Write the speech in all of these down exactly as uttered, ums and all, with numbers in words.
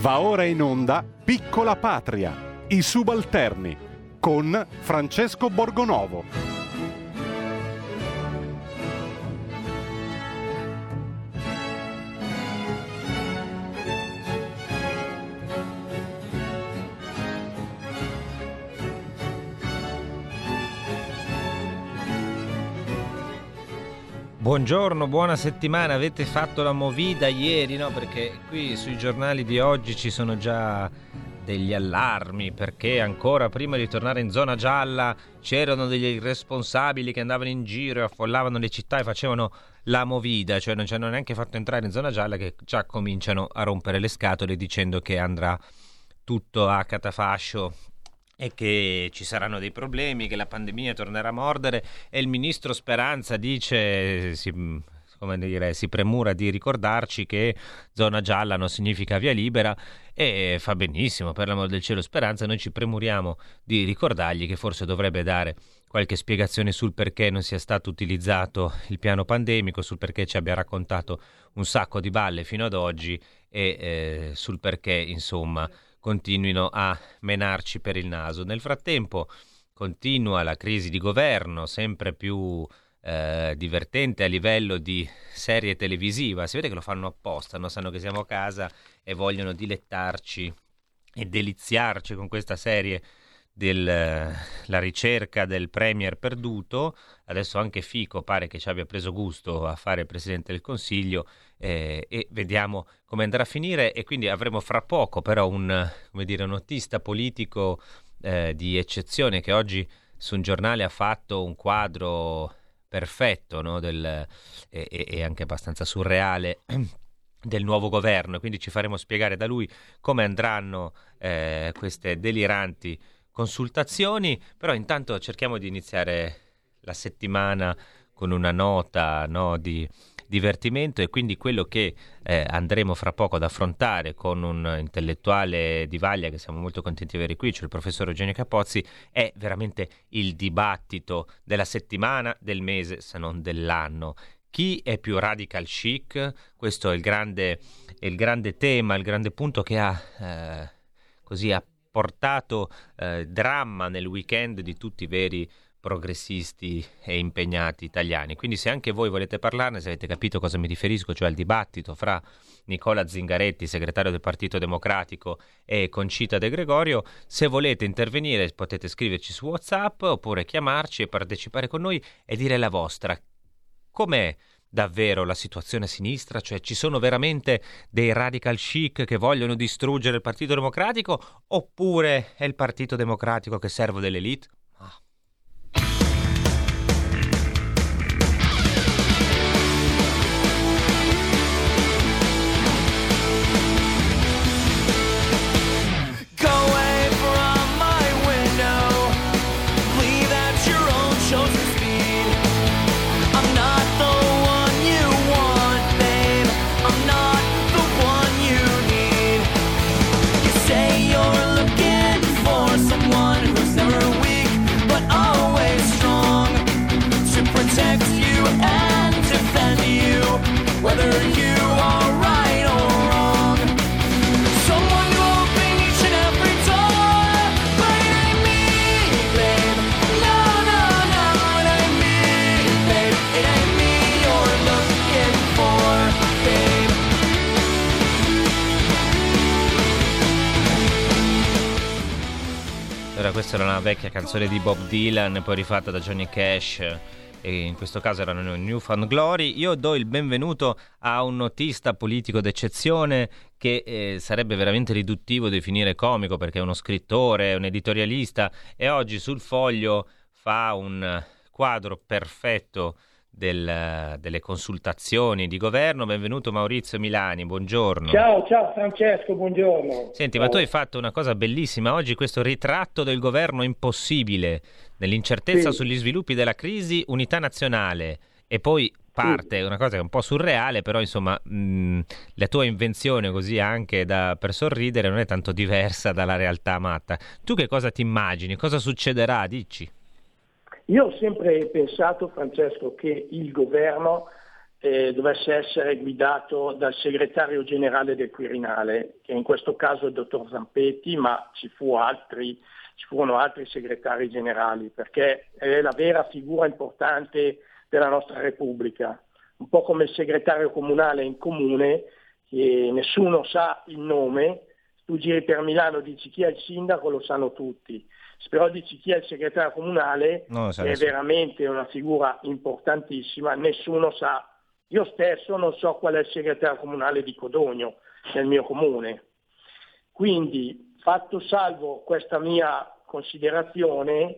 Va ora in onda Piccola Patria, i subalterni, con Francesco Borgonovo. Buongiorno, buona settimana. Avete fatto la movida ieri, no? Perché qui sui giornali di oggi ci sono già degli allarmi, perché ancora prima di tornare in zona gialla c'erano degli irresponsabili che andavano in giro e affollavano le città e facevano la movida, cioè non ci hanno neanche fatto entrare in zona gialla che già cominciano a rompere le scatole dicendo che andrà tutto a catafascio e che ci saranno dei problemi, che la pandemia tornerà a mordere, e il ministro Speranza dice, si, come dire, si premura di ricordarci che zona gialla non significa via libera, e fa benissimo, per l'amor del cielo Speranza. Noi ci premuriamo di ricordargli che forse dovrebbe dare qualche spiegazione sul perché non sia stato utilizzato il piano pandemico, sul perché ci abbia raccontato un sacco di balle fino ad oggi e eh, sul perché, insomma, continuino a menarci per il naso. Nel frattempo continua la crisi di governo, sempre più eh, divertente a livello di serie televisiva. Si vede che lo fanno apposta, no? Sanno che siamo a casa e vogliono dilettarci e deliziarci con questa serie della ricerca del premier perduto. Adesso anche Fico pare che ci abbia preso gusto a fare Presidente del Consiglio, eh, e vediamo come andrà a finire. E quindi avremo fra poco però un, come dire, un notista politico eh, di eccezione, che oggi su un giornale ha fatto un quadro perfetto, no, del, e, e anche abbastanza surreale del nuovo governo, quindi ci faremo spiegare da lui come andranno eh, queste deliranti consultazioni. Però intanto cerchiamo di iniziare la settimana con una nota, no, di divertimento, e quindi quello che eh, andremo fra poco ad affrontare con un intellettuale di vaglia che siamo molto contenti di avere qui, cioè il professor Eugenio Capozzi, è veramente il dibattito della settimana, del mese, se non dell'anno. Chi è più radical chic? Questo è il grande, è il grande tema, il grande punto che ha eh, così ha portato eh, dramma nel weekend di tutti i veri progressisti e impegnati italiani. Quindi se anche voi volete parlarne, se avete capito cosa mi riferisco, cioè al dibattito fra Nicola Zingaretti, segretario del Partito Democratico, e Concita De Gregorio, se volete intervenire potete scriverci su WhatsApp oppure chiamarci e partecipare con noi e dire la vostra. Com'è davvero la situazione a sinistra? Cioè, ci sono veramente dei radical chic che vogliono distruggere il Partito Democratico, oppure è il Partito Democratico che serve dell'elite? Ah. Whether you are right or wrong, someone to open each and every door, but it ain't me, babe. No, no, no, it ain't me, babe. It ain't me you're looking for, babe. Allora, questa era una vecchia canzone di Bob Dylan, poi rifatta da Johnny Cash, e in questo caso erano New Found Glory. Io do il benvenuto a un notista politico d'eccezione che eh, sarebbe veramente riduttivo definire comico, perché è uno scrittore, un editorialista, e oggi sul Foglio fa un quadro perfetto del, delle consultazioni di governo. Benvenuto Maurizio Milani, buongiorno. Ciao, ciao Francesco, buongiorno. Senti, ciao. Ma tu hai fatto una cosa bellissima oggi, questo ritratto del governo impossibile, nell'incertezza Sì. sugli sviluppi della crisi, unità nazionale, e poi parte Sì. una cosa che è un po' surreale, però insomma mh, la tua invenzione, così anche da, per sorridere, non è tanto diversa dalla realtà matta. Tu che cosa ti immagini? Cosa succederà? Dici. Io ho sempre pensato, Francesco, che il governo eh, dovesse essere guidato dal segretario generale del Quirinale, che in questo caso è il dottor Zampetti, ma ci fu altri, ci furono altri segretari generali, perché è la vera figura importante della nostra Repubblica, un po' come il segretario comunale in comune, che nessuno sa il nome. Tu giri per Milano, dici chi è il sindaco, lo sanno tutti. Se però dici chi è il segretario comunale, Non lo sa che è nessuno. veramente una figura importantissima, nessuno sa. Io stesso non so qual è il segretario comunale di Codogno, nel mio comune. Quindi, fatto salvo questa mia considerazione,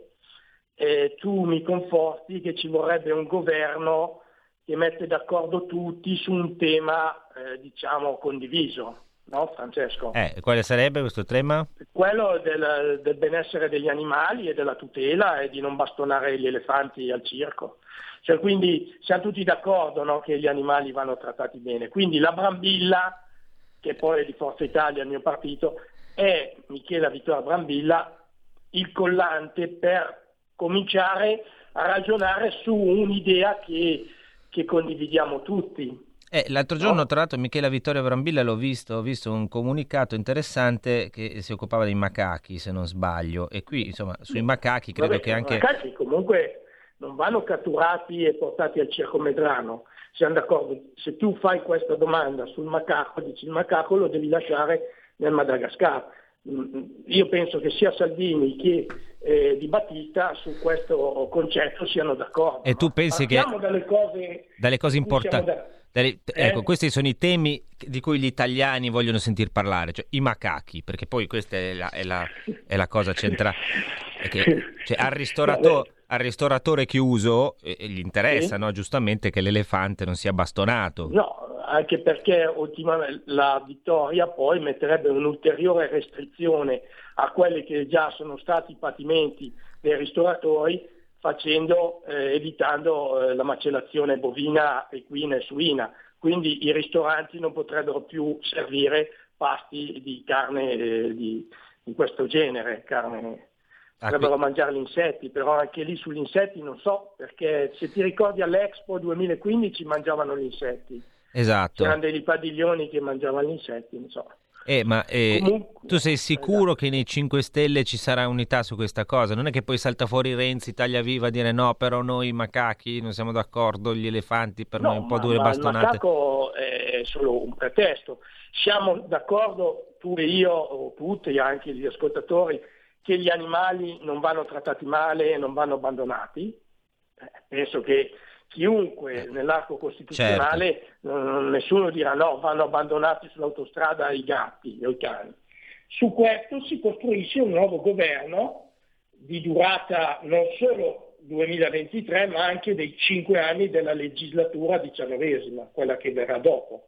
eh, tu mi conforti che ci vorrebbe un governo che mette d'accordo tutti su un tema, eh, diciamo, condiviso. No, Francesco? Eh, quale sarebbe questo tema? Quello del, del benessere degli animali e della tutela e di non bastonare gli elefanti al circo. Cioè, quindi siamo tutti d'accordo, no, che gli animali vanno trattati bene. Quindi la Brambilla, che poi è di Forza Italia, il mio partito, è Michela Vittoria Brambilla il collante per cominciare a ragionare su un'idea che, che condividiamo tutti. Eh, l'altro giorno, No. tra l'altro, Michela Vittoria Brambilla l'ho visto, ho visto un comunicato interessante che si occupava dei macachi, se non sbaglio, e qui, insomma, sui macachi credo Vabbè, che anche... i macachi comunque non vanno catturati e portati al circo Medrano. Siamo d'accordo? Se tu fai questa domanda sul macaco, dici il macaco lo devi lasciare nel Madagascar. Mm, Io penso che sia Salvini che eh, Di Battista su questo concetto siano d'accordo. E tu no? pensi che Partiamo dalle cose, dalle cose su cui siamo importanti... da- Delle- Eh? Ecco, questi sono i temi di cui gli italiani vogliono sentir parlare, cioè i macachi, perché poi questa è la, è la, è la cosa centrale. È che, cioè, al, ristorato- al ristoratore chiuso eh, gli interessa, Sì. no, giustamente, che l'elefante non sia bastonato. No, anche perché ultimamente la vittoria poi metterebbe un'ulteriore restrizione a quelli che già sono stati i patimenti dei ristoratori, facendo, eh, evitando eh, la macellazione bovina, equina e suina. Quindi i ristoranti non potrebbero più servire pasti di carne eh, di, di questo genere, carne. Ah, Potrebbero qui- mangiare gli insetti, però anche lì sugli insetti non so, perché se ti ricordi all'Expo duemilaquindici mangiavano gli insetti. Esatto. C'erano dei padiglioni che mangiavano gli insetti, non so. Eh, ma eh, Comunque- tu sei sicuro esatto. che nei cinque Stelle ci sarà unità su questa cosa? Non è che poi salta fuori Renzi, Italia Viva, a dire no, però noi macachi non siamo d'accordo, gli elefanti per noi un po' ma, dure ma bastonate. il macaco è solo un pretesto. Siamo d'accordo, tu e io, o tutti, anche gli ascoltatori, che gli animali non vanno trattati male, non vanno abbandonati. Eh, penso che chiunque nell'arco costituzionale, non- nessuno dirà no, vanno abbandonati sull'autostrada i gatti o i cani. Su questo si costruisce un nuovo governo di durata non solo duemilaventitré, ma anche dei cinque anni della legislatura diciannovesima, quella che verrà dopo.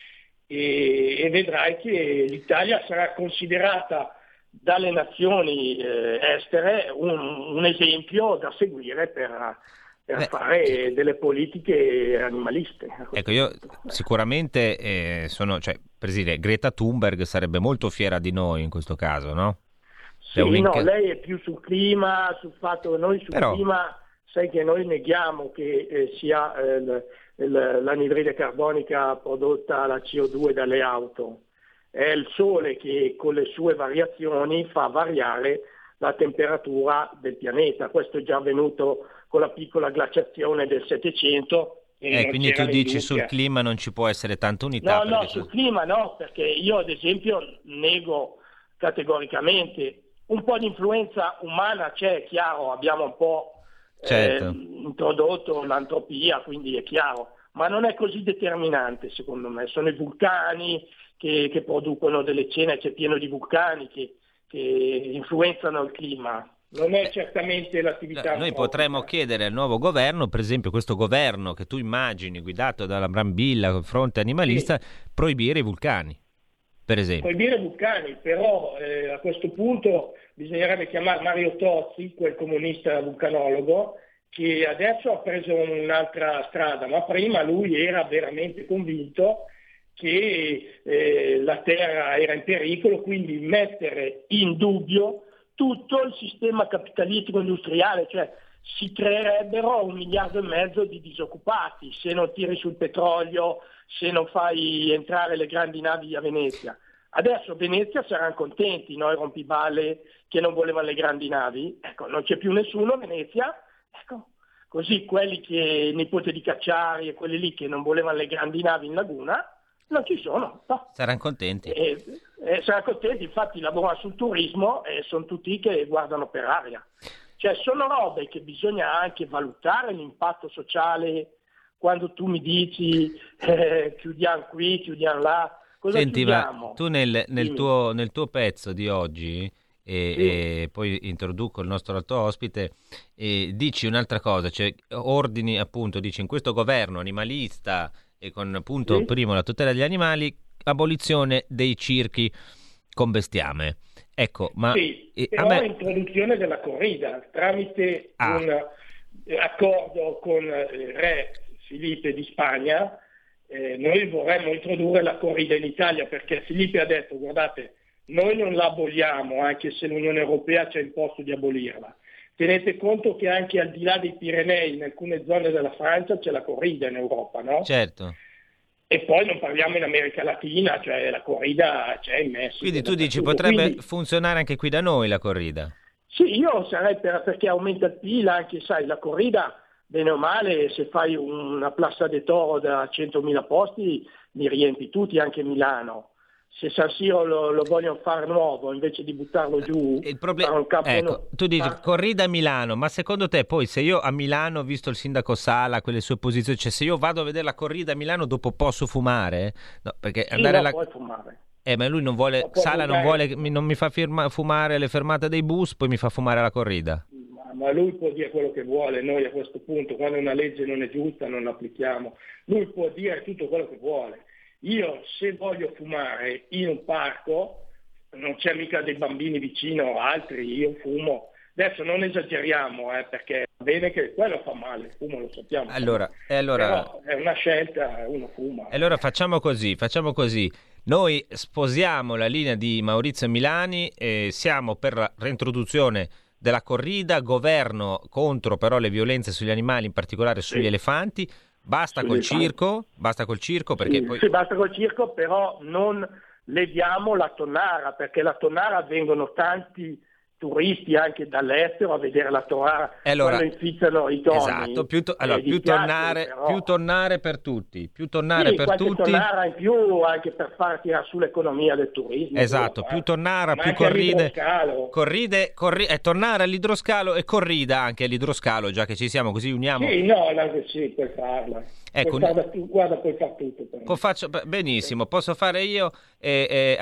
E, e vedrai che l'Italia sarà considerata dalle nazioni eh, estere un, un esempio da seguire per, per Beh, fare delle politiche animaliste. Ecco, io sicuramente eh, sono, cioè, per dire, Greta Thunberg sarebbe molto fiera di noi in questo caso, no? Sì, È un no, inca- lei è più sul clima, sul fatto che noi sul Però- clima, sai che noi neghiamo che eh, sia eh, l- l- l'anidride carbonica prodotta la C O due dalle auto. È il sole che con le sue variazioni fa variare la temperatura del pianeta. Questo è già avvenuto con la piccola glaciazione del Settecento. e Eh, non quindi tu c'erano dici industria. sul clima non ci può essere tanta unità. No, no, perché sul tu- clima no, perché io ad esempio nego categoricamente. Un po' di influenza umana c'è, è chiaro, abbiamo un po' Certo. eh, introdotto l'antropia, quindi è chiaro, ma non è così determinante secondo me. Sono i vulcani che, che producono delle cene, c'è pieno di vulcani che, che influenzano il clima. Non è certamente l'attività. Noi antropica. potremmo chiedere al nuovo governo, per esempio questo governo che tu immagini guidato dalla Brambilla con fronte animalista, proibire i vulcani, per esempio. Proibire i vulcani, però eh, a questo punto bisognerebbe chiamare Mario Tozzi, quel comunista vulcanologo, che adesso ha preso un'altra strada, ma prima lui era veramente convinto che eh, la terra era in pericolo, quindi mettere in dubbio tutto il sistema capitalistico industriale, cioè si creerebbero un miliardo e mezzo di disoccupati se non tiri sul petrolio, se non fai entrare le grandi navi a Venezia. Adesso Venezia saranno contenti, noi rompiballe che non volevano le grandi navi, ecco, non c'è più nessuno a Venezia, ecco, così quelli che, nipote di Cacciari e quelli lì che non volevano le grandi navi in laguna, non ci sono. No. Saranno contenti. E, e saranno contenti, infatti lavorano sul turismo e sono tutti che guardano per aria. Cioè sono robe che bisogna anche valutare l'impatto sociale quando tu mi dici eh, chiudiamo qui, chiudiamo là. Cosa Senti, ma chiudiamo? tu nel, nel, tuo, nel tuo pezzo di oggi, e, Sì. e poi introduco il nostro altro ospite, e dici un'altra cosa, cioè ordini appunto, dici in questo governo animalista e con punto Sì. primo la tutela degli animali, abolizione dei circhi con bestiame. Ecco, ma Sì, eh, a però me... introduzione della corrida tramite Ah. un eh, accordo con il re Filippe di Spagna. Eh, noi vorremmo introdurre la corrida in Italia perché Filippe ha detto guardate, noi non la aboliamo anche se l'Unione Europea ci ha imposto di abolirla. Tenete conto che anche al di là dei Pirenei in alcune zone della Francia c'è la corrida in Europa, no? Certo. E poi non parliamo in America Latina, cioè la corrida c'è in Messico. Quindi tu dici dappertutto. potrebbe Quindi, funzionare anche qui da noi la corrida. sì, io sarei per, perché aumenta il P I L, anche sai, la corrida, bene o male, se fai una Plaza de Toro da centomila posti, li riempi tutti, anche Milano. Se San Siro lo, lo vogliono fare nuovo, invece di buttarlo giù, Il proble- fare un campo ecco, nuovo. tu dici Ma- corrida a Milano, ma secondo te poi se io a Milano ho visto il sindaco Sala, quelle sue posizioni, cioè se io vado a vedere la corrida a Milano dopo posso fumare? No, perché sì, andare no, alla... puoi fumare. Eh, ma lui non vuole, No, puoi Sala non fumare. vuole, mi- non mi fa firma- fumare alle fermate dei bus, poi mi fa fumare alla corrida. Ma, ma lui può dire quello che vuole, noi a questo punto, quando una legge non è giusta non l'applichiamo. Lui può dire tutto quello che vuole. Io se voglio fumare in un parco, non c'è mica dei bambini vicino o altri, io fumo. Adesso non esageriamo, eh, perché va bene che quello fa male, il fumo lo sappiamo. Allora, e allora... Però è una scelta, uno fuma. E allora facciamo così, facciamo così. Noi sposiamo la linea di Maurizio Milani, e siamo per la reintroduzione della corrida, governo contro però le violenze sugli animali, in particolare sugli Sì. elefanti. Basta Sugli col elefanti. circo, basta col circo perché Sì, poi... sì, basta col circo, però non leviamo la tonnara, perché la tonnara vengono tanti turisti anche dall'estero a vedere la tonnara, E allora- quando infizzano i tonni. Esatto, più, to- allora, Eh, più dispiace, tonnare, però. più tonnare per tutti, più tonnare Sì, per qualche tutti. tonnara in più anche per far tirare su l'economia del turismo. Esatto, quello, più eh. tonnara, Ma più anche corride, all'idroscalo. corride, corri- eh, tornare all'idroscalo e corrida anche all'idroscalo, già che ci siamo, così uniamo. Sì, no, no, sì, puoi farla. Ecco, Puoi farla tu, guarda, puoi far tutto. però. Po- faccio- beh, benissimo, posso fare io e, e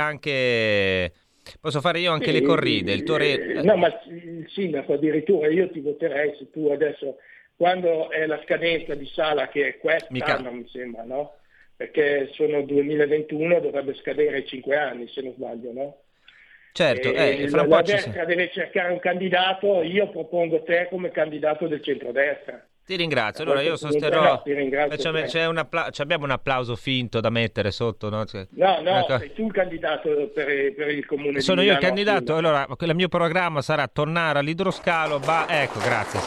anche posso fare io anche Sì, le corride, il tuo re- eh, No, ma il sindaco addirittura, io ti voterei se tu adesso, quando è la scadenza di Sala, che è Mica- quest'anno mi sembra, no? Perché sono duemilaventuno, dovrebbe scadere i cinque anni se non sbaglio, no? Certo, E eh, fra la, un po' la ci destra deve cercare un candidato, io propongo te come candidato del centrodestra. Ti ringrazio, allora io Questo punto sosterrò, no, ti ringrazio facciamo- te. c'è un appla- ci abbiamo un applauso finto da mettere sotto, no? Cioè- No, no, Ecco. sei tu il candidato per, per il comune Sono di io il Milano. candidato, allora il mio programma sarà tornare all'idroscalo, ba- ecco, grazie.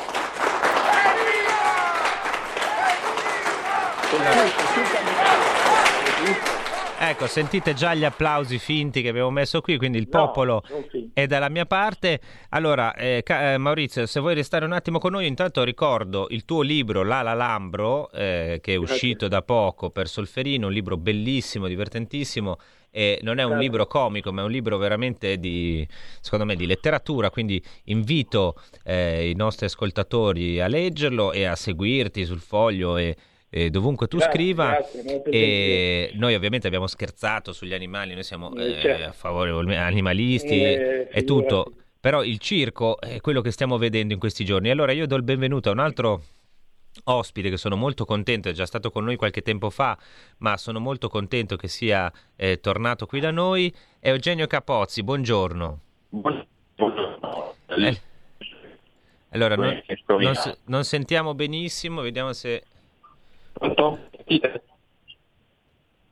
Sei tu- sei tu il candidato. Ecco, sentite già gli applausi finti che abbiamo messo qui, quindi il No, popolo non finti. è dalla mia parte. Allora, eh, ca- eh, Maurizio, se vuoi restare un attimo con noi, intanto ricordo il tuo libro L'Ala Lambro, eh, che è uscito da poco per Solferino, un libro bellissimo, divertentissimo, e non è un Grazie. libro comico, ma è un libro veramente di, secondo me, di letteratura, quindi invito eh, i nostri ascoltatori a leggerlo e a seguirti sul Foglio e e dovunque tu Grazie, scriva. grazie, molto E noi ovviamente abbiamo scherzato sugli animali, noi siamo Eh, eh, certo. a favore animalisti Eh, e, e figurati. tutto, però il circo è quello che stiamo vedendo in questi giorni. Allora io do il benvenuto a un altro ospite che sono molto contento, è già stato con noi qualche tempo fa, ma sono molto contento che sia eh, tornato qui da noi, è Eugenio Capozzi, buongiorno. Buongiorno. Eh, allora, non, Buongiorno. non s- non sentiamo benissimo, vediamo se... Pronto?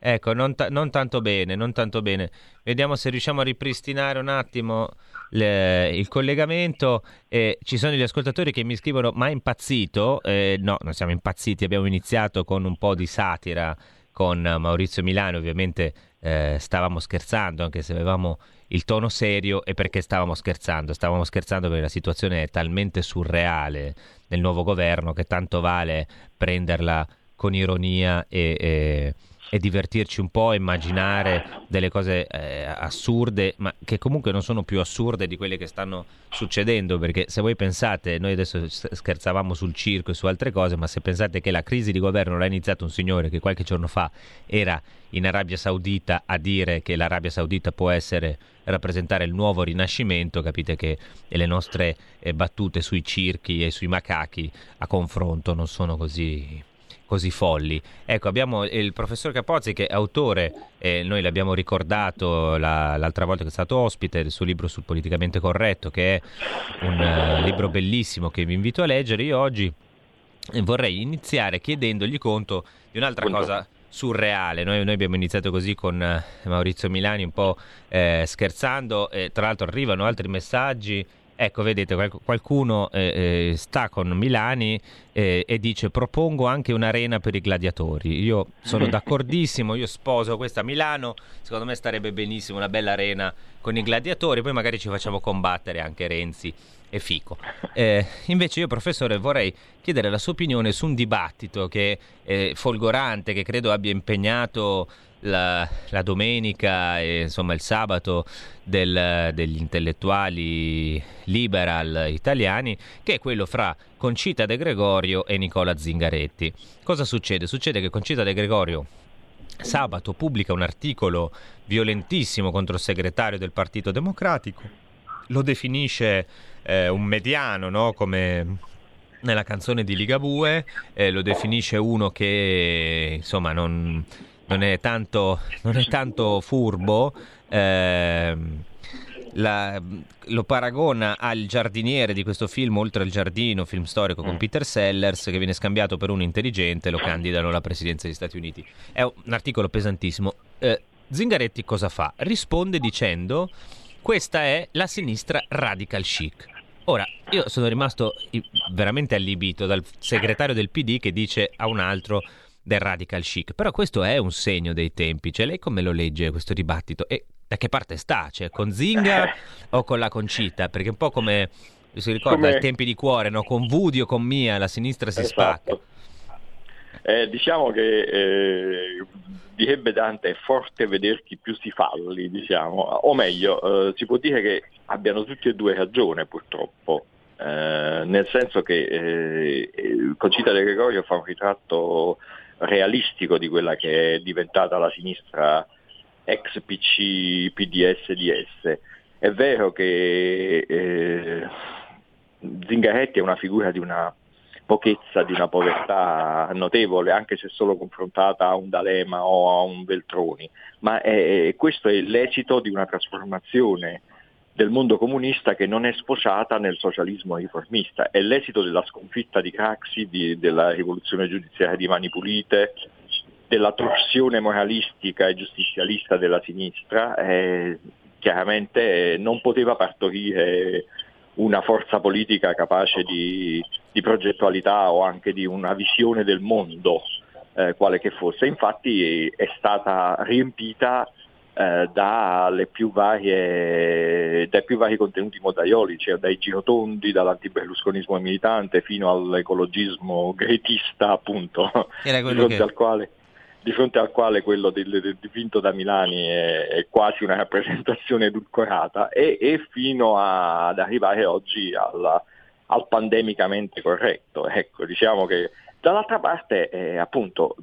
Ecco, non, ta- non tanto bene, non tanto bene. Vediamo se riusciamo a ripristinare un attimo le- il collegamento. Eh, ci sono gli ascoltatori che mi scrivono: ma è impazzito? Eh, no, non siamo impazziti, abbiamo iniziato con un po' di satira con Maurizio Milano, ovviamente eh, stavamo scherzando, anche se avevamo il tono serio. E perché stavamo scherzando? Stavamo scherzando perché la situazione è talmente surreale nel nuovo governo che tanto vale prenderla con ironia e... e e divertirci un po', immaginare delle cose eh, assurde, ma che comunque non sono più assurde di quelle che stanno succedendo, perché se voi pensate, noi adesso scherzavamo sul circo e su altre cose, ma se pensate che la crisi di governo l'ha iniziato un signore che qualche giorno fa era in Arabia Saudita a dire che l'Arabia Saudita può essere rappresentare il nuovo rinascimento, capite che le nostre eh, battute sui circhi e sui macachi a confronto non sono così... così folli. Ecco, abbiamo il professor Capozzi che è autore, eh, noi l'abbiamo ricordato la, l'altra volta che è stato ospite, del suo libro sul politicamente corretto, che è un uh, libro bellissimo che vi invito a leggere. Io oggi vorrei iniziare chiedendogli conto di un'altra cosa surreale. Noi, noi abbiamo iniziato così con uh, Maurizio Milani, un po' eh, scherzando, e tra l'altro arrivano altri messaggi. Ecco, vedete, qualcuno eh, eh, sta con Milani eh, e dice: propongo anche un'arena per i gladiatori. Io sono d'accordissimo, io sposo questa Milano, secondo me starebbe benissimo una bella arena con i gladiatori, poi magari ci facciamo combattere anche Renzi e Fico. Eh, invece io, professore, vorrei chiedere la sua opinione su un dibattito che è folgorante, che credo abbia impegnato La, la domenica e insomma il sabato del, degli intellettuali liberal italiani, che è quello fra Concita De Gregorio e Nicola Zingaretti. Cosa succede? Succede che Concita De Gregorio sabato pubblica un articolo violentissimo contro il segretario del Partito Democratico, lo definisce eh, un mediano, no? Come nella canzone di Ligabue, eh, lo definisce uno che insomma non non è tanto, non è tanto furbo, eh, la, lo paragona al giardiniere di questo film Oltre il giardino, film storico con Peter Sellers, che viene scambiato per un intelligente, lo candidano alla presidenza degli Stati Uniti. È un articolo pesantissimo. Eh, Zingaretti cosa fa? Risponde dicendo: questa è la sinistra radical chic. Ora, io sono rimasto veramente allibito dal segretario del P D che dice a un altro del radical chic, però questo è un segno dei tempi. Cioè, lei come lo legge questo dibattito e da che parte sta? Cioè, con Zinga o con la Concita? Perché un po' come si ricorda come... ai tempi di cuore, no? Con Vudi o con Mia la sinistra si esatto. spacca. Eh, diciamo che eh, direbbe Dante: è forte veder chi più si falli, diciamo, o meglio eh, si può dire che abbiano tutti e due ragione, purtroppo. Eh, nel senso che eh, Concita De Gregorio fa un ritratto realistico di quella che è diventata la sinistra ex P C, P D S, D S. È vero che eh, Zingaretti è una figura di una pochezza, di una povertà notevole, anche se solo confrontata a un D'Alema o a un Veltroni, ma è, questo è l'esito di una trasformazione del mondo comunista che non è sfociata nel socialismo riformista. È l'esito della sconfitta di Craxi, di, della rivoluzione giudiziaria di Mani Pulite, della torsione moralistica e giustizialista della sinistra. Eh, chiaramente non poteva partorire una forza politica capace di, di progettualità o anche di una visione del mondo, eh, quale che fosse. Infatti è stata riempita Eh, dalle più varie, dai più vari contenuti modaioli, cioè dai girotondi, dall'antiberlusconismo militante fino all'ecologismo gretista, appunto, di fronte, che... al quale, di fronte al quale quello del, del dipinto da Milani è, è quasi una rappresentazione edulcorata, e, e fino a, ad arrivare oggi alla, al pandemicamente corretto. Ecco, diciamo che dall'altra parte eh, appunto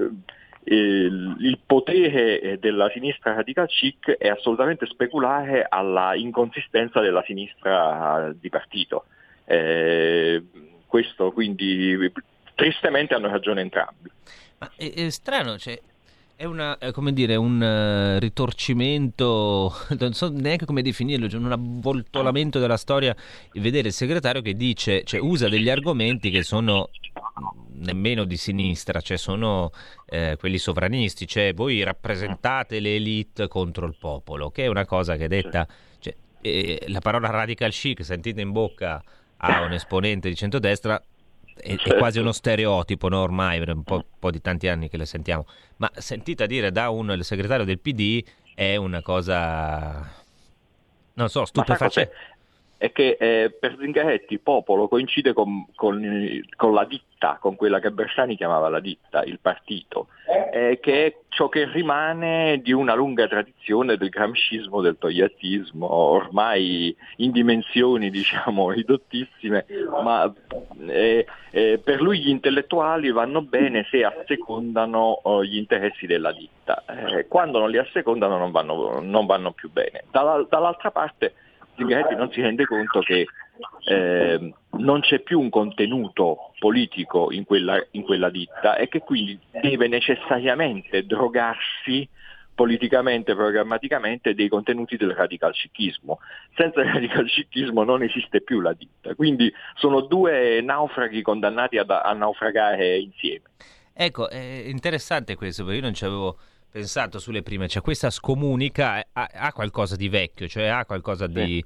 Il, il potere della sinistra radical chic è assolutamente speculare alla inconsistenza della sinistra di partito. Eh, questo quindi tristemente hanno ragione entrambi. Ma è, è strano, cioè è una, è come dire, un uh, ritorcimento, non so neanche come definirlo, cioè un avvoltolamento della storia, vedere il segretario che dice, cioè usa degli argomenti che sono nemmeno di sinistra, cioè sono eh, quelli sovranisti, cioè voi rappresentate le elite contro il popolo, che è una cosa che è detta, cioè, eh, la parola radical chic sentita in bocca a un esponente di centrodestra è, è quasi uno stereotipo, no? Ormai è un po', un po' di tanti anni che le sentiamo, ma sentita dire da un il segretario del P D è una cosa, non so, stupefacente. È che eh, per Zingaretti popolo coincide con, con, con la ditta, con quella che Bersani chiamava la ditta, il partito, eh, che è ciò che rimane di una lunga tradizione del gramscismo, del togliattismo, ormai in dimensioni diciamo ridottissime, ma eh, eh, per lui gli intellettuali vanno bene se assecondano oh, gli interessi della ditta, eh, quando non li assecondano non vanno, non vanno più bene. Dalla, dall'altra parte Zingaretti non si rende conto che eh, non c'è più un contenuto politico in quella, in quella ditta e che quindi deve necessariamente drogarsi politicamente, programmaticamente dei contenuti del radical chicchismo. Senza il radical chicchismo non esiste più la ditta, quindi sono due naufraghi condannati a, a naufragare insieme. Ecco, è interessante questo, perché io non ci avevo pensato sulle prime, cioè questa scomunica ha, ha qualcosa di vecchio, cioè ha qualcosa di,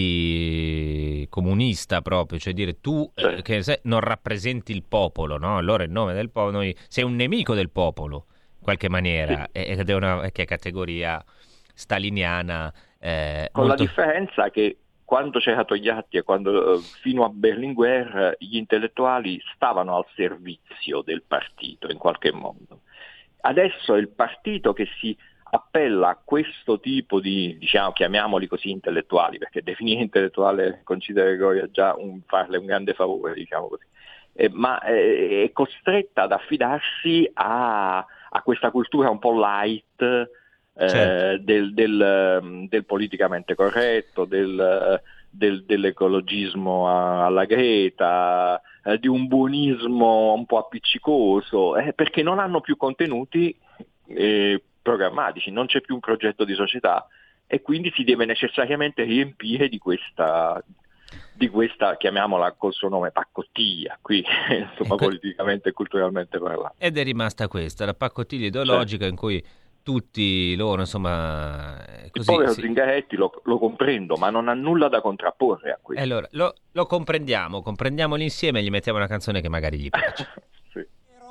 di comunista proprio, cioè dire tu eh, che sei, non rappresenti il popolo, no? Allora in nome del popolo noi, sei un nemico del popolo in qualche maniera, sì. Ed è una che è categoria staliniana, eh, con molto... la differenza che quando c'era Togliatti e quando fino a Berlinguer gli intellettuali stavano al servizio del partito in qualche modo. Adesso è il partito che si appella a questo tipo di, diciamo, chiamiamoli così, intellettuali, perché definire intellettuale considera Gregorio già un, farle un grande favore, diciamo così, eh, ma eh, è costretta ad affidarsi a, a questa cultura un po' light eh, certo. del, del, del politicamente corretto, del, del, dell'ecologismo alla Greta, eh, di un buonismo un po' appiccicoso, eh, perché non hanno più contenuti eh, programmatici, non c'è più un progetto di società e quindi si deve necessariamente riempire di questa, di questa chiamiamola col suo nome, paccottiglia, qui insomma que- politicamente e culturalmente parlando. Ed è rimasta questa, la paccottiglia ideologica, certo. In cui tutti loro, insomma... Così, il povero sì. Zingaretti lo, lo comprendo, ma non ha nulla da contrapporre a questo. Allora, lo, lo comprendiamo, comprendiamolo insieme e gli mettiamo una canzone che magari gli piace. Sì.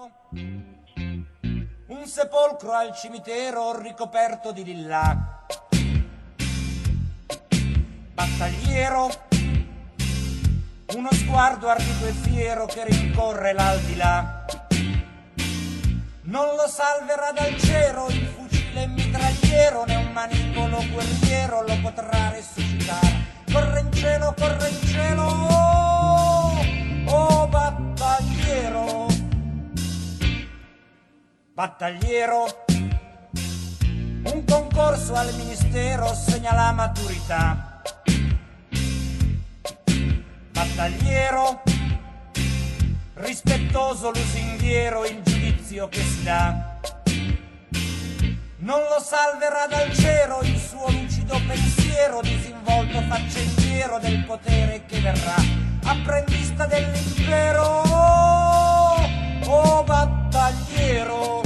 Un sepolcro al cimitero ricoperto di lilla. Battagliero, uno sguardo ardito e fiero che rincorre l'aldilà. Non lo salverà dal cielo il fucile mitragliero, né un manipolo guerriero lo potrà resuscitare. Corre in cielo, corre in cielo, oh, oh battagliero. Battagliero, un concorso al ministero segna la maturità. Battagliero, rispettoso lusinghiero il giudizio che si dà. Non lo salverà dal cielo il suo lucido pensiero, disinvolto faccendiero del potere che verrà. Apprendista dell'impero, oh, oh battagliero.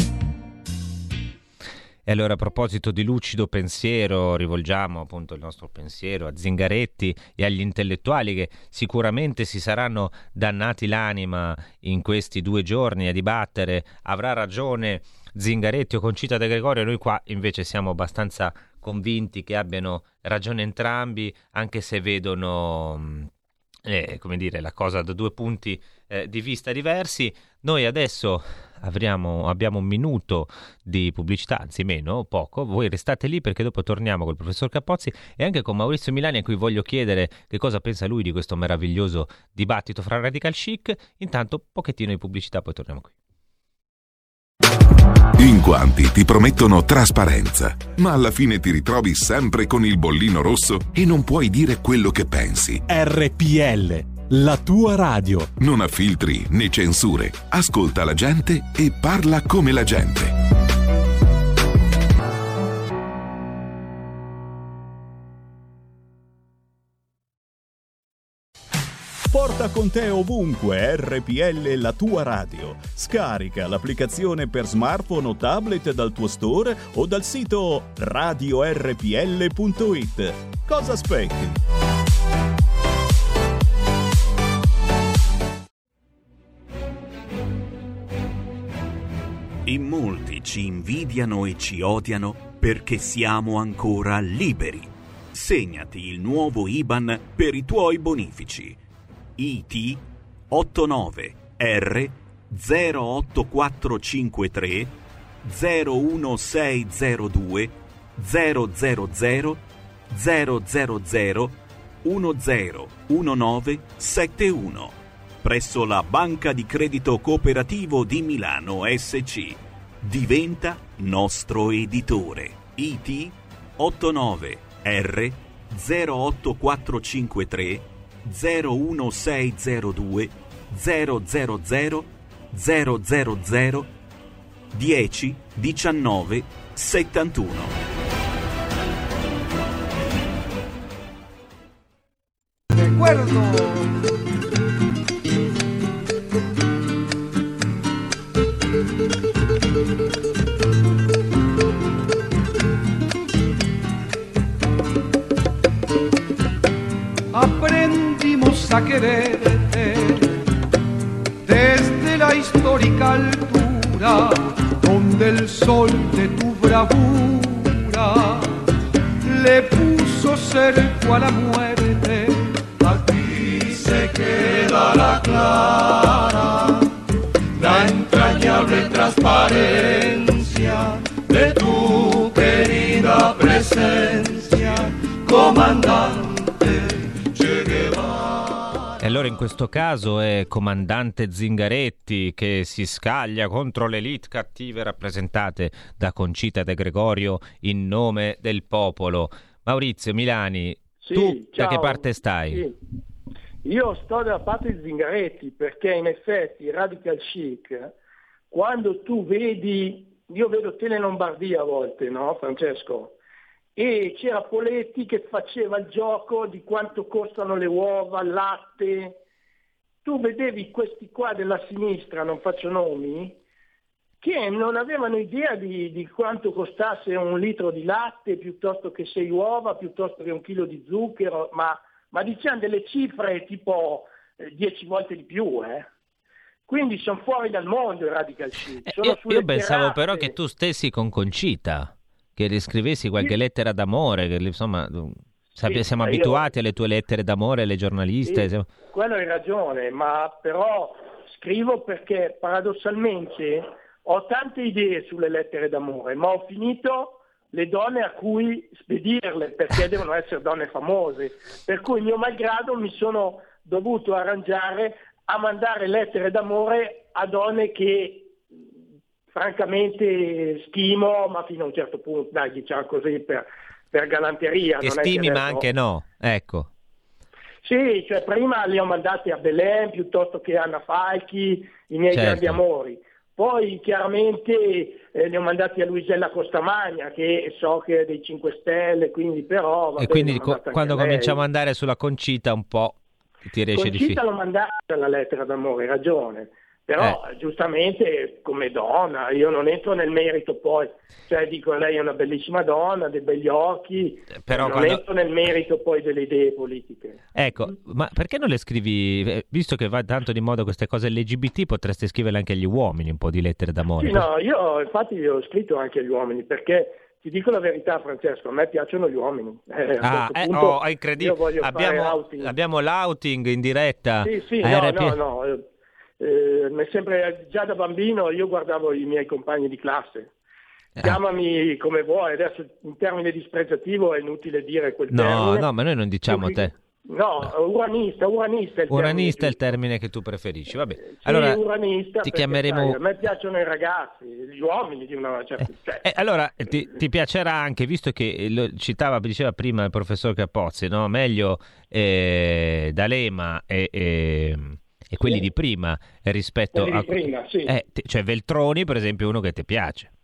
E allora, a proposito di lucido pensiero, rivolgiamo appunto il nostro pensiero a Zingaretti e agli intellettuali che sicuramente si saranno dannati l'anima in questi due giorni a dibattere. Avrà ragione Zingaretti o Concita De Gregorio? Noi qua invece siamo abbastanza convinti che abbiano ragione entrambi, anche se vedono eh, come dire, la cosa da due punti eh, di vista diversi. Noi adesso avremo, abbiamo un minuto di pubblicità, anzi meno, poco. Voi restate lì perché dopo torniamo col professor Capozzi e anche con Maurizio Milani, a cui voglio chiedere che cosa pensa lui di questo meraviglioso dibattito fra radical chic. Intanto pochettino di pubblicità, poi torniamo qui. In quanti ti promettono trasparenza, ma alla fine ti ritrovi sempre con il bollino rosso e non puoi dire quello che pensi. R P L, la tua radio. Non ha filtri né censure. Ascolta la gente e parla come la gente. Porta con te ovunque. R P L, la tua radio. Scarica l'applicazione per smartphone o tablet dal tuo store o dal sito radio r p l punto i t. Cosa aspetti? In molti ci invidiano e ci odiano perché siamo ancora liberi. Segnati il nuovo I B A N per i tuoi bonifici. I T ottantanove R zero otto quattro cinque tre zero uno sei zero due zero zero zero zero zero zero uno zero uno nove sette uno presso la Banca di Credito Cooperativo di Milano S C. Diventa nostro editore. I T ottantanove R zero otto quattro cinque tre zero uno sei zero due zero zero zero zero zero zero dieci diciannove settantuno. Recuerdo. Aprendimos a quererte desde la histórica altura donde el sol de tu bravura le puso cerco a la muerte. Aquí se queda la clara, la entrañable transparencia de tu querida presencia, comandante. E allora in questo caso è comandante Zingaretti che si scaglia contro le elite cattive rappresentate da Concita De Gregorio in nome del popolo. Maurizio Milani, Sì, tu ciao. da che parte stai? Sì. Io sto dalla parte di Zingaretti perché in effetti radical chic, quando tu vedi, io vedo Tele Lombardia a volte, no Francesco? E c'era Poletti che faceva il gioco di quanto costano le uova, il latte. Tu vedevi questi qua della sinistra, non faccio nomi, che non avevano idea di, di quanto costasse un litro di latte piuttosto che sei uova, piuttosto che un chilo di zucchero, ma, ma diciamo delle cifre tipo eh, dieci volte di più, eh. Quindi sono fuori dal mondo i radical chic. Sono Io, sulle io pensavo terrazze. però che tu stessi con Concita, che le scrivessi qualche Sì. lettera d'amore, che insomma sappia- Sì, siamo ma io- abituati alle tue lettere d'amore, alle giornaliste. Sì, siamo- quello hai ragione, ma però scrivo perché paradossalmente ho tante idee sulle lettere d'amore, ma ho finito le donne a cui spedirle perché devono essere donne famose, per cui mio malgrado mi sono dovuto arrangiare a mandare lettere d'amore a donne che francamente stimo, ma fino a un certo punto, dai, diciamo così, per, per galanteria. Che non è che stimi ma adesso- anche no, ecco. Sì, cioè prima li ho mandati a Belen piuttosto che a Anna Falchi, i miei Certo. grandi amori. Poi chiaramente eh, li ho mandati a Luisella Costamagna, che so che è dei cinque Stelle, quindi però... va E bene, quindi l'ho co- mandata anche quando a lei. cominciamo ad andare sulla Concita un po' ti riesce Concita difficile. l'ho mandata la lettera d'amore, hai ragione. Però Eh. giustamente come donna, io non entro nel merito poi, cioè dico lei è una bellissima donna, dei begli occhi, però non quando- entro nel merito poi delle idee politiche. Ecco, ma perché non le scrivi, eh, visto che va tanto di moda queste cose L G B T, potreste scriverle anche agli uomini un po' di lettere d'amore? Sì, no, io infatti ho scritto anche agli uomini perché ti dico la verità Francesco, a me piacciono gli uomini. Eh, a Ah, questo eh, punto oh, è incredibile. io voglio fare Abbiamo, outing. abbiamo l'outing in diretta. Sì, sì, a no, R P L. no, no. eh, eh, mi è sempre, già da bambino io guardavo i miei compagni di classe. Ah. Chiamami come vuoi, adesso in termine dispregiativo è inutile dire quel No, termine. no, ma noi non diciamo te. No, uranista, uranista è il Uranista è il termine termine che tu preferisci. Vabbè, giusto. Sì, allora uranista, ti perché, chiameremo. sai, a me piacciono i ragazzi, gli uomini di una certa... cioè, Eh, allora ti, ti piacerà anche, visto che lo citava, diceva prima il professor Capozzi, no? Meglio eh, D'Alema e, e, e quelli Sì. di prima rispetto Quelli a di prima, sì. eh, ti- cioè Veltroni, per esempio, è uno che ti piace.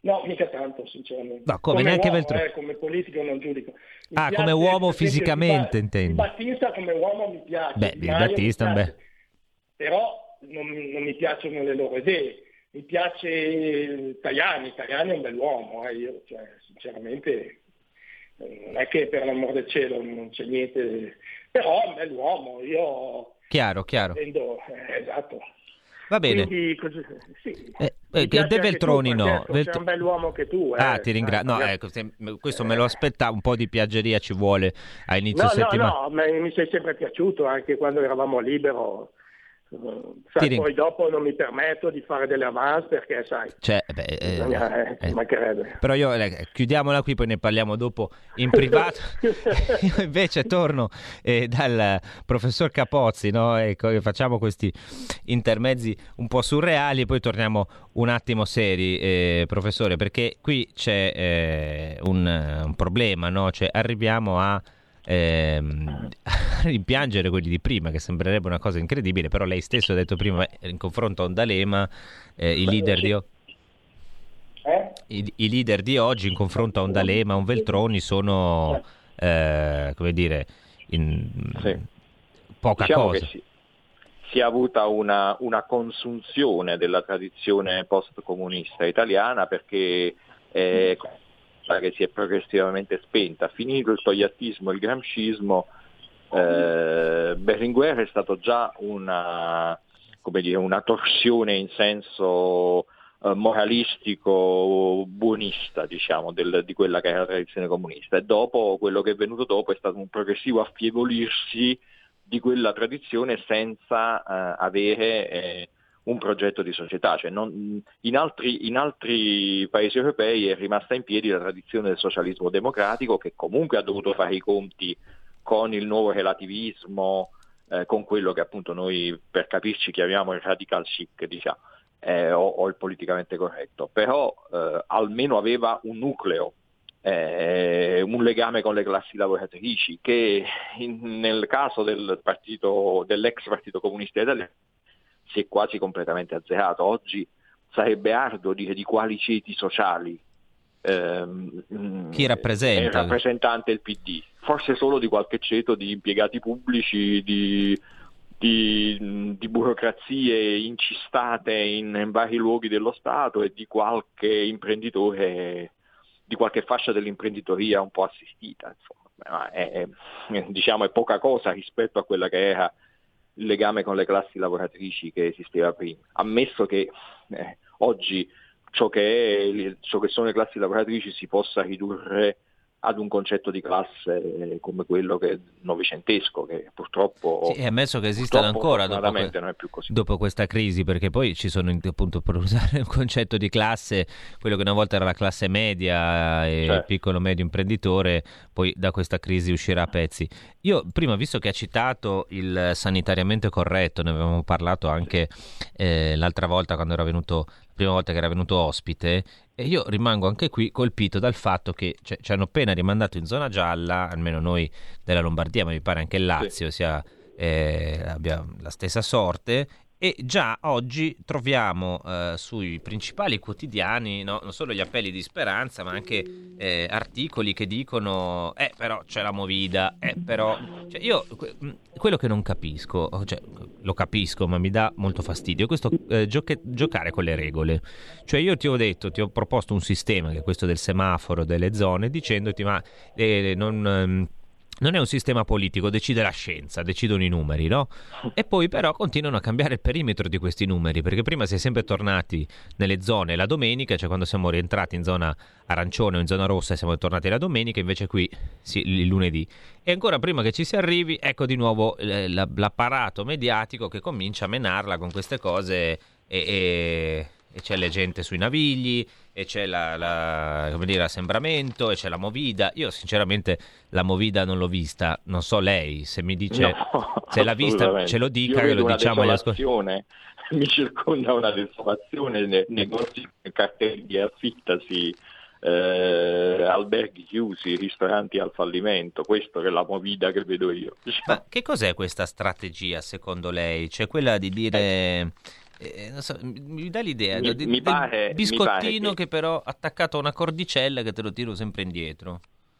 No, mica tanto, sinceramente. No, come, neanche uomo, Veltroni. eh, come politico non giudico. Mi Ah, piace, come uomo per esempio, fisicamente, Di Ba- intendi? Di Battista come uomo mi piace. Beh, Di Di Maio mi Battista, piace. beh. Però non, non mi piacciono le loro idee. Mi piace Tajani, Tajani è un bell'uomo, eh, io cioè, sinceramente eh, non è che per l'amor del cielo non c'è niente, però è un bell'uomo, io Chiaro, chiaro. Tendo, eh, esatto. Va bene. Quindi, così, sì. Eh, Mi eh, piace De anche Veltroni tu, no. Francesco, Velt- sei un bell'uomo che tu. Eh. Ah, ti ringrazio. No, Eh, ecco, se- questo me lo aspettavo, un po' di piaggeria ci vuole a inizio No, no, settimana. no, mi, mi sei sempre piaciuto anche quando eravamo libero. Sai, Ti poi ring- dopo non mi permetto di fare delle avance perché sai, Cioè, beh, eh, bisogna, eh, ci eh, mancherebbe. Però io eh, chiudiaamola qui, poi ne parliamo dopo in privato. Io invece torno eh, dal professor Capozzi, no? E co- facciamo questi intermezzi un po' surreali e poi torniamo un attimo seri, eh, professore, perché qui c'è eh, un, un problema, no? Cioè arriviamo a ehm, rimpiangere quelli di prima, che sembrerebbe una cosa incredibile, però lei stesso ha detto prima, beh, in confronto a Ondalema, eh, i leader di o- Eh? I, i leader di oggi in confronto a un D'Alema, un Veltroni sono eh, come dire in Sì. poca Diciamo cosa. che si, si è avuta una, una consunzione della tradizione post-comunista italiana, perché eh, che si è progressivamente spenta. Finito il togliattismo e il gramscismo, eh, Berlinguer è stato già una, come dire, una torsione in senso eh, moralistico buonista, diciamo, del, di quella che era la tradizione comunista, e dopo quello che è venuto dopo è stato un progressivo affievolirsi di quella tradizione senza eh, avere eh, un progetto di società. Cioè non, in, altri, in altri paesi europei è rimasta in piedi la tradizione del socialismo democratico, che comunque ha dovuto fare i conti con il nuovo relativismo, eh, con quello che appunto noi per capirci chiamiamo il radical chic, diciamo, eh, o, o il politicamente corretto, però eh, almeno aveva un nucleo, eh, un legame con le classi lavoratrici, che in, nel caso del partito, dell'ex partito comunista italiano si è quasi completamente azzerato. Oggi sarebbe arduo dire di quali ceti sociali ehm, Chi rappresenta? è il rappresentante del P D, forse solo di qualche ceto di impiegati pubblici, di, di, di burocrazie incistate in, in vari luoghi dello Stato e di qualche imprenditore, di qualche fascia dell'imprenditoria un po' assistita, insomma. È, è, diciamo, è poca cosa rispetto a quella che era il legame con le classi lavoratrici che esisteva prima, ammesso che eh, oggi ciò che, è, ciò che sono le classi lavoratrici si possa ridurre ad un concetto di classe come quello che è novecentesco, che purtroppo Sì, è ammesso che esistano ancora dopo, que- non è più così. dopo questa crisi, perché poi ci sono, appunto, per usare un concetto di classe, quello che una volta era la classe media e Certo. il piccolo medio imprenditore, poi da questa crisi uscirà a pezzi. Io prima, visto che ha citato il sanitariamente corretto, ne avevamo parlato anche eh, l'altra volta quando era venuto, la prima volta che era venuto ospite, e io rimango anche qui colpito dal fatto che cioè, ci hanno appena rimandato in zona gialla, almeno noi della Lombardia, ma mi pare anche il Lazio Sì. sia eh, abbia la stessa sorte, e già oggi troviamo eh, sui principali quotidiani, no, non solo gli appelli di speranza, ma anche eh, articoli che dicono eh però c'è la movida, eh però cioè, io que- quello che non capisco, cioè, lo capisco ma mi dà molto fastidio, questo eh, gioche- giocare con le regole. Cioè io ti ho detto, ti ho proposto un sistema che è questo del semaforo delle zone, dicendoti ma eh, non... ehm, non è un sistema politico, decide la scienza, decidono i numeri, no? E poi però continuano a cambiare il perimetro di questi numeri, perché prima si è sempre tornati nelle zone la domenica, cioè quando siamo rientrati in zona arancione o in zona rossa siamo tornati la domenica, invece qui sì, il lunedì. E ancora prima che ci si arrivi, ecco di nuovo eh, la- l'apparato mediatico che comincia a menarla con queste cose e... e... e c'è le gente sui navigli, e c'è la, la, come dire, l'assembramento, e c'è la movida. Io sinceramente la movida non l'ho vista, non so lei, se mi dice, No, se l'ha vista assolutamente. ce lo dica, Io che vedo lo una diciamo agli ascoltatori. desolazione, mi circonda una desolazione, ne- negozi, cartelli di affittasi, eh, alberghi chiusi, ristoranti al fallimento. Questo che è la movida che vedo io. Ma che cos'è questa strategia secondo lei? Cioè quella di dire Eh, non so, mi dà l'idea Mi- di, mi del pare- mi biscottino pare che- che però attaccato a una cordicella che te lo tiro sempre indietro.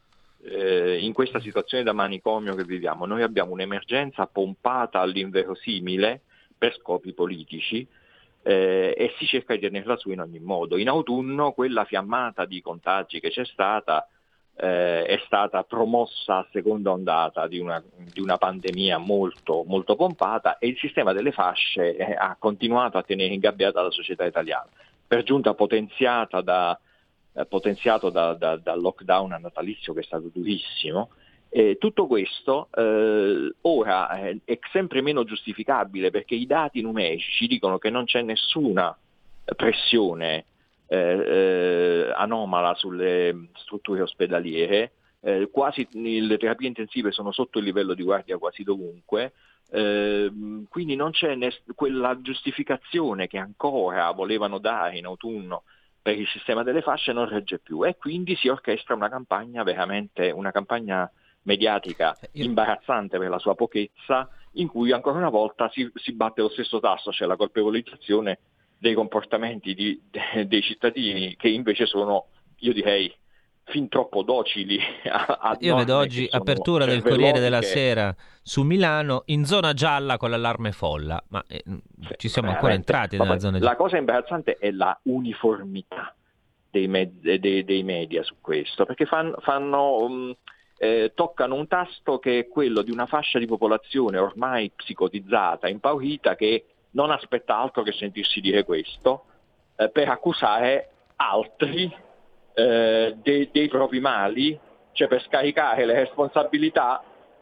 Eh, in questa situazione da manicomio che viviamo, noi abbiamo un'emergenza pompata all'inverosimile per scopi politici eh, e si cerca di tenerla su in ogni modo. In autunno quella fiammata di contagi che c'è stata eh, è stata promossa a seconda ondata di una, di una pandemia molto, molto pompata e il sistema delle fasce eh, ha continuato a tenere ingabbiata la società italiana, per giunta potenziata da Eh, potenziato da, da, dal lockdown natalizio che è stato durissimo. E tutto questo eh, ora è, è sempre meno giustificabile perché i dati numerici ci dicono che non c'è nessuna pressione eh, eh, anomala sulle strutture ospedaliere, eh, quasi le terapie intensive sono sotto il livello di guardia quasi dovunque, eh, quindi non c'è ness- quella giustificazione che ancora volevano dare in autunno per il sistema delle fasce non regge più e quindi si orchestra una campagna veramente, una campagna mediatica imbarazzante per la sua pochezza, in cui ancora una volta si, si batte lo stesso tasto, cioè la colpevolizzazione dei comportamenti di, de, dei cittadini che invece sono, io direi, fin troppo docili a, a Io vedo norme oggi che sono apertura del Corriere della cervellotiche. Sera su Milano in zona gialla con l'allarme folla, ma eh, ci siamo ancora Veramente. entrati Ma nella poi zona la gialla. cosa imbarazzante è la uniformità dei, me- dei, dei media su questo, perché fan- fanno, um, eh, toccano un tasto che è quello di una fascia di popolazione ormai psicotizzata, impaurita, che non aspetta altro che sentirsi dire questo eh, per accusare altri eh, dei, dei propri mali, cioè per scaricare le responsabilità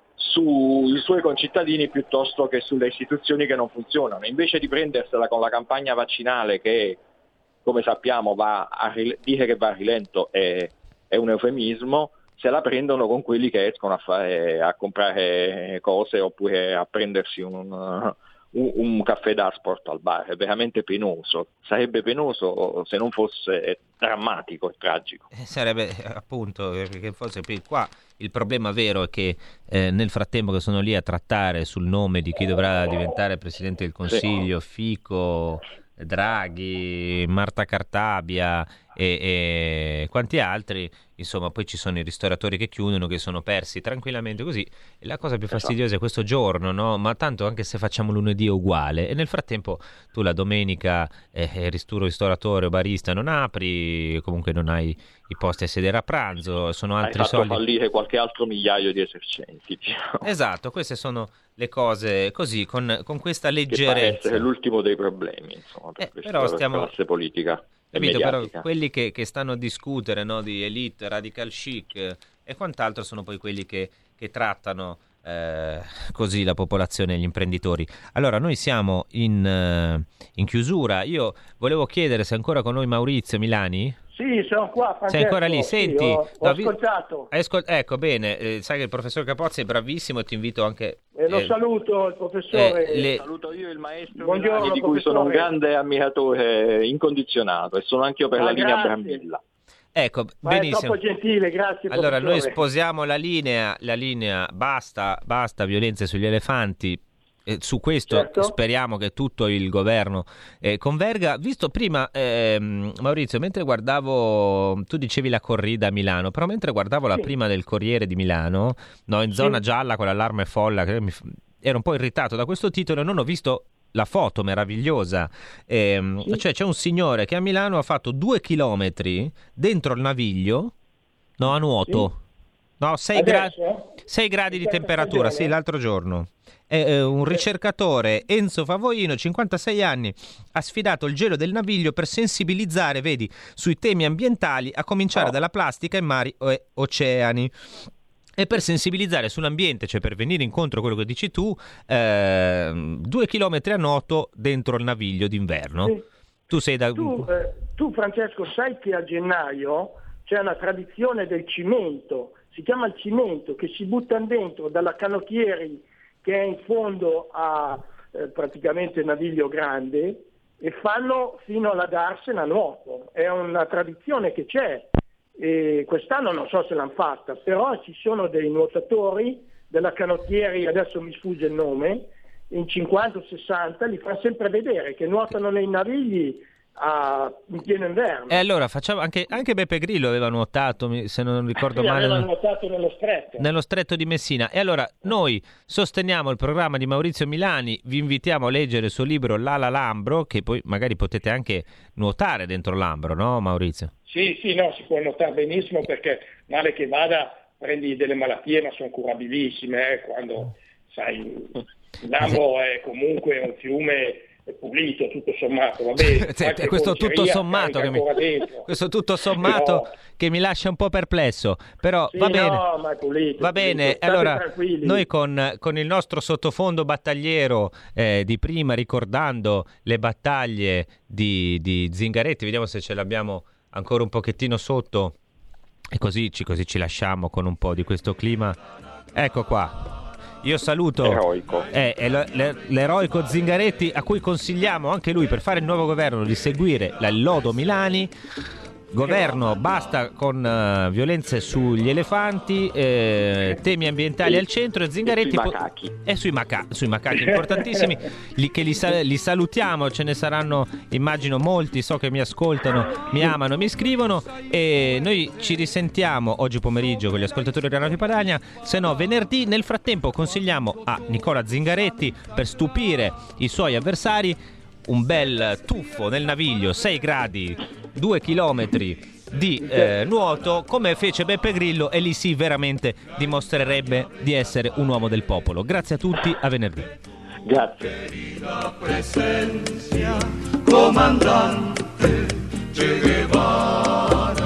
sui suoi concittadini piuttosto che sulle istituzioni che non funzionano. Invece di prendersela con la campagna vaccinale che, come sappiamo, va a rile- dire che va a rilento è, è un eufemismo, se la prendono con quelli che escono a, fare, a comprare cose oppure a prendersi un, un, un caffè da sport al bar. È veramente penoso. Sarebbe penoso se non fosse drammatico e tragico. Eh, Sarebbe eh, appunto, perché forse qui- qua il problema vero è che eh, nel frattempo che sono lì a trattare sul nome di chi dovrà diventare Presidente del Consiglio, Fico, Draghi, Marta Cartabia e, e quanti altri, insomma, poi ci sono i ristoratori che chiudono, che sono persi tranquillamente così. E la cosa più fastidiosa è questo giorno, no? Ma tanto anche se facciamo lunedì è uguale, e nel frattempo tu la domenica eh, eh, risturo ristoratore o barista non apri, comunque non hai i posti a sedere a pranzo, sono Hai altri fatto soldi. fallire qualche altro migliaio di esercenti, diciamo, Esatto, queste sono le cose così, con, con questa che pare leggerezza. essere l'ultimo dei problemi, insomma, per Eh, questa però stiamo- classe politica e Capito, però mediatica. quelli che, che stanno a discutere, no, di elite, radical chic eh, e quant'altro sono poi quelli che, che trattano eh, così la popolazione e gli imprenditori. Allora, noi siamo in, eh, in chiusura. Io volevo chiedere se è ancora con noi Maurizio Milani. Sì, sono qua, Francesco. Sei ancora lì? Sì, Senti, ho, ho no, vi- ascoltato. hai ascol- ecco, bene, eh, sai che il professor Capozzi è bravissimo e ti invito anche... E lo eh, saluto, il professore. eh, le- Saluto io il maestro Buongiorno, Milani, di cui sono un professore. grande ammiratore incondizionato e sono anche io per Ah, la linea grazie. Brambilla. Ecco, Ma è benissimo. troppo gentile, grazie. Allora, noi professore. sposiamo la linea, la linea basta, basta violenze sugli elefanti. Eh, su questo Certo. speriamo che tutto il governo eh, converga. Visto prima, ehm, Maurizio, mentre guardavo, tu dicevi la corrida a Milano, però mentre guardavo la Sì. prima del Corriere di Milano, no, in Sì. zona gialla con l'allarme folla, che mi f- ero un po' irritato da questo titolo e non ho visto la foto meravigliosa. Ehm, Sì. Cioè c'è un signore che a Milano ha fatto due chilometri dentro il Naviglio, no, a nuoto. No, sei gradi, Adesso? sei gradi In di questa temperatura, stagione? sì, l'altro giorno. È, eh, un ricercatore, Enzo Favoino, cinquantasei anni, ha sfidato il gelo del Naviglio per sensibilizzare, vedi, sui temi ambientali, a cominciare Oh. dalla plastica in mari e oceani. E per sensibilizzare sull'ambiente, cioè per venire incontro a quello che dici tu, ehm, due chilometri a nuoto dentro il Naviglio d'inverno. Sì. Tu sei da... Tu, eh, tu, Francesco, sai che a gennaio c'è una tradizione del cimento, si chiama il cimento, che si buttano dentro dalla canottieri che è in fondo a eh, praticamente Naviglio Grande e fanno fino alla Darsena a nuoto. È una tradizione che c'è. E quest'anno non so se l'hanno fatta, però ci sono dei nuotatori della canottieri, adesso mi sfugge il nome, in cinquanta o sessanta li fa sempre vedere che nuotano nei navigli a, in pieno inverno. E allora facciamo anche, anche Beppe Grillo aveva nuotato, se non ricordo sì, male, aveva nuotato nello stretto. nello stretto di Messina. E allora noi sosteniamo il programma di Maurizio Milani, vi invitiamo a leggere il suo libro L'ala Lambro, che poi magari potete anche nuotare dentro Lambro, no Maurizio? Sì, sì, no, si può nuotare benissimo, perché male che vada prendi delle malattie, ma sono curabilissime, eh, quando sai, il Lambro è comunque un fiume pulito, tutto sommato, va bene. Senti, questo tutto sommato che mi... questo tutto sommato però... che mi lascia un po' perplesso, però sì, va bene, no, ma è pulito, va pulito. bene. State allora tranquilli. noi con, con il nostro sottofondo battagliero eh, di prima, ricordando le battaglie di, di Zingaretti, vediamo se ce l'abbiamo ancora un pochettino sotto, e così ci, così ci lasciamo con un po' di questo clima. Ecco qua. Io saluto Eroico. eh, eh, l'e- l'eroico Zingaretti, a cui consigliamo anche lui, per fare il nuovo governo, di seguire la Lodo Milani. Governo basta con uh, violenze sugli elefanti, eh, temi ambientali al centro, e Zingaretti e sui macachi, po- e sui, maca- sui macachi importantissimi, li, che li, sa- li salutiamo, ce ne saranno immagino molti, so che mi ascoltano, mi amano, mi scrivono, e noi ci risentiamo oggi pomeriggio con gli ascoltatori di Radio Padania, se no venerdì. Nel frattempo consigliamo a Nicola Zingaretti, per stupire i suoi avversari, un bel tuffo nel Naviglio, sei gradi, due chilometri di eh, nuoto, come fece Beppe Grillo, e lì sì veramente dimostrerebbe di essere un uomo del popolo. Grazie a tutti, a venerdì. Grazie. Comandante Che Guevara.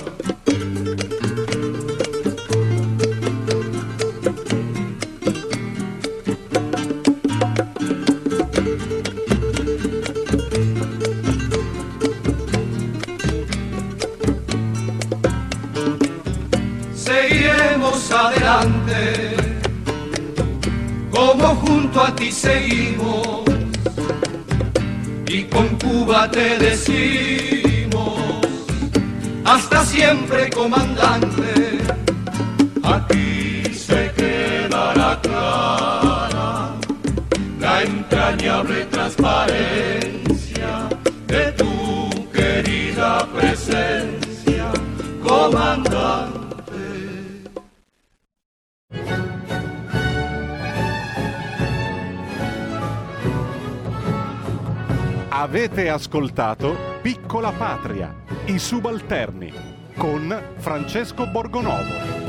Seguiremos adelante, como junto a ti seguimos, y con Cuba te decimos, hasta siempre, comandante, aquí se quedará clara la entrañable transparencia de tu querida presencia, comandante. Avete ascoltato Piccola Patria, i subalterni, con Francesco Borgonovo.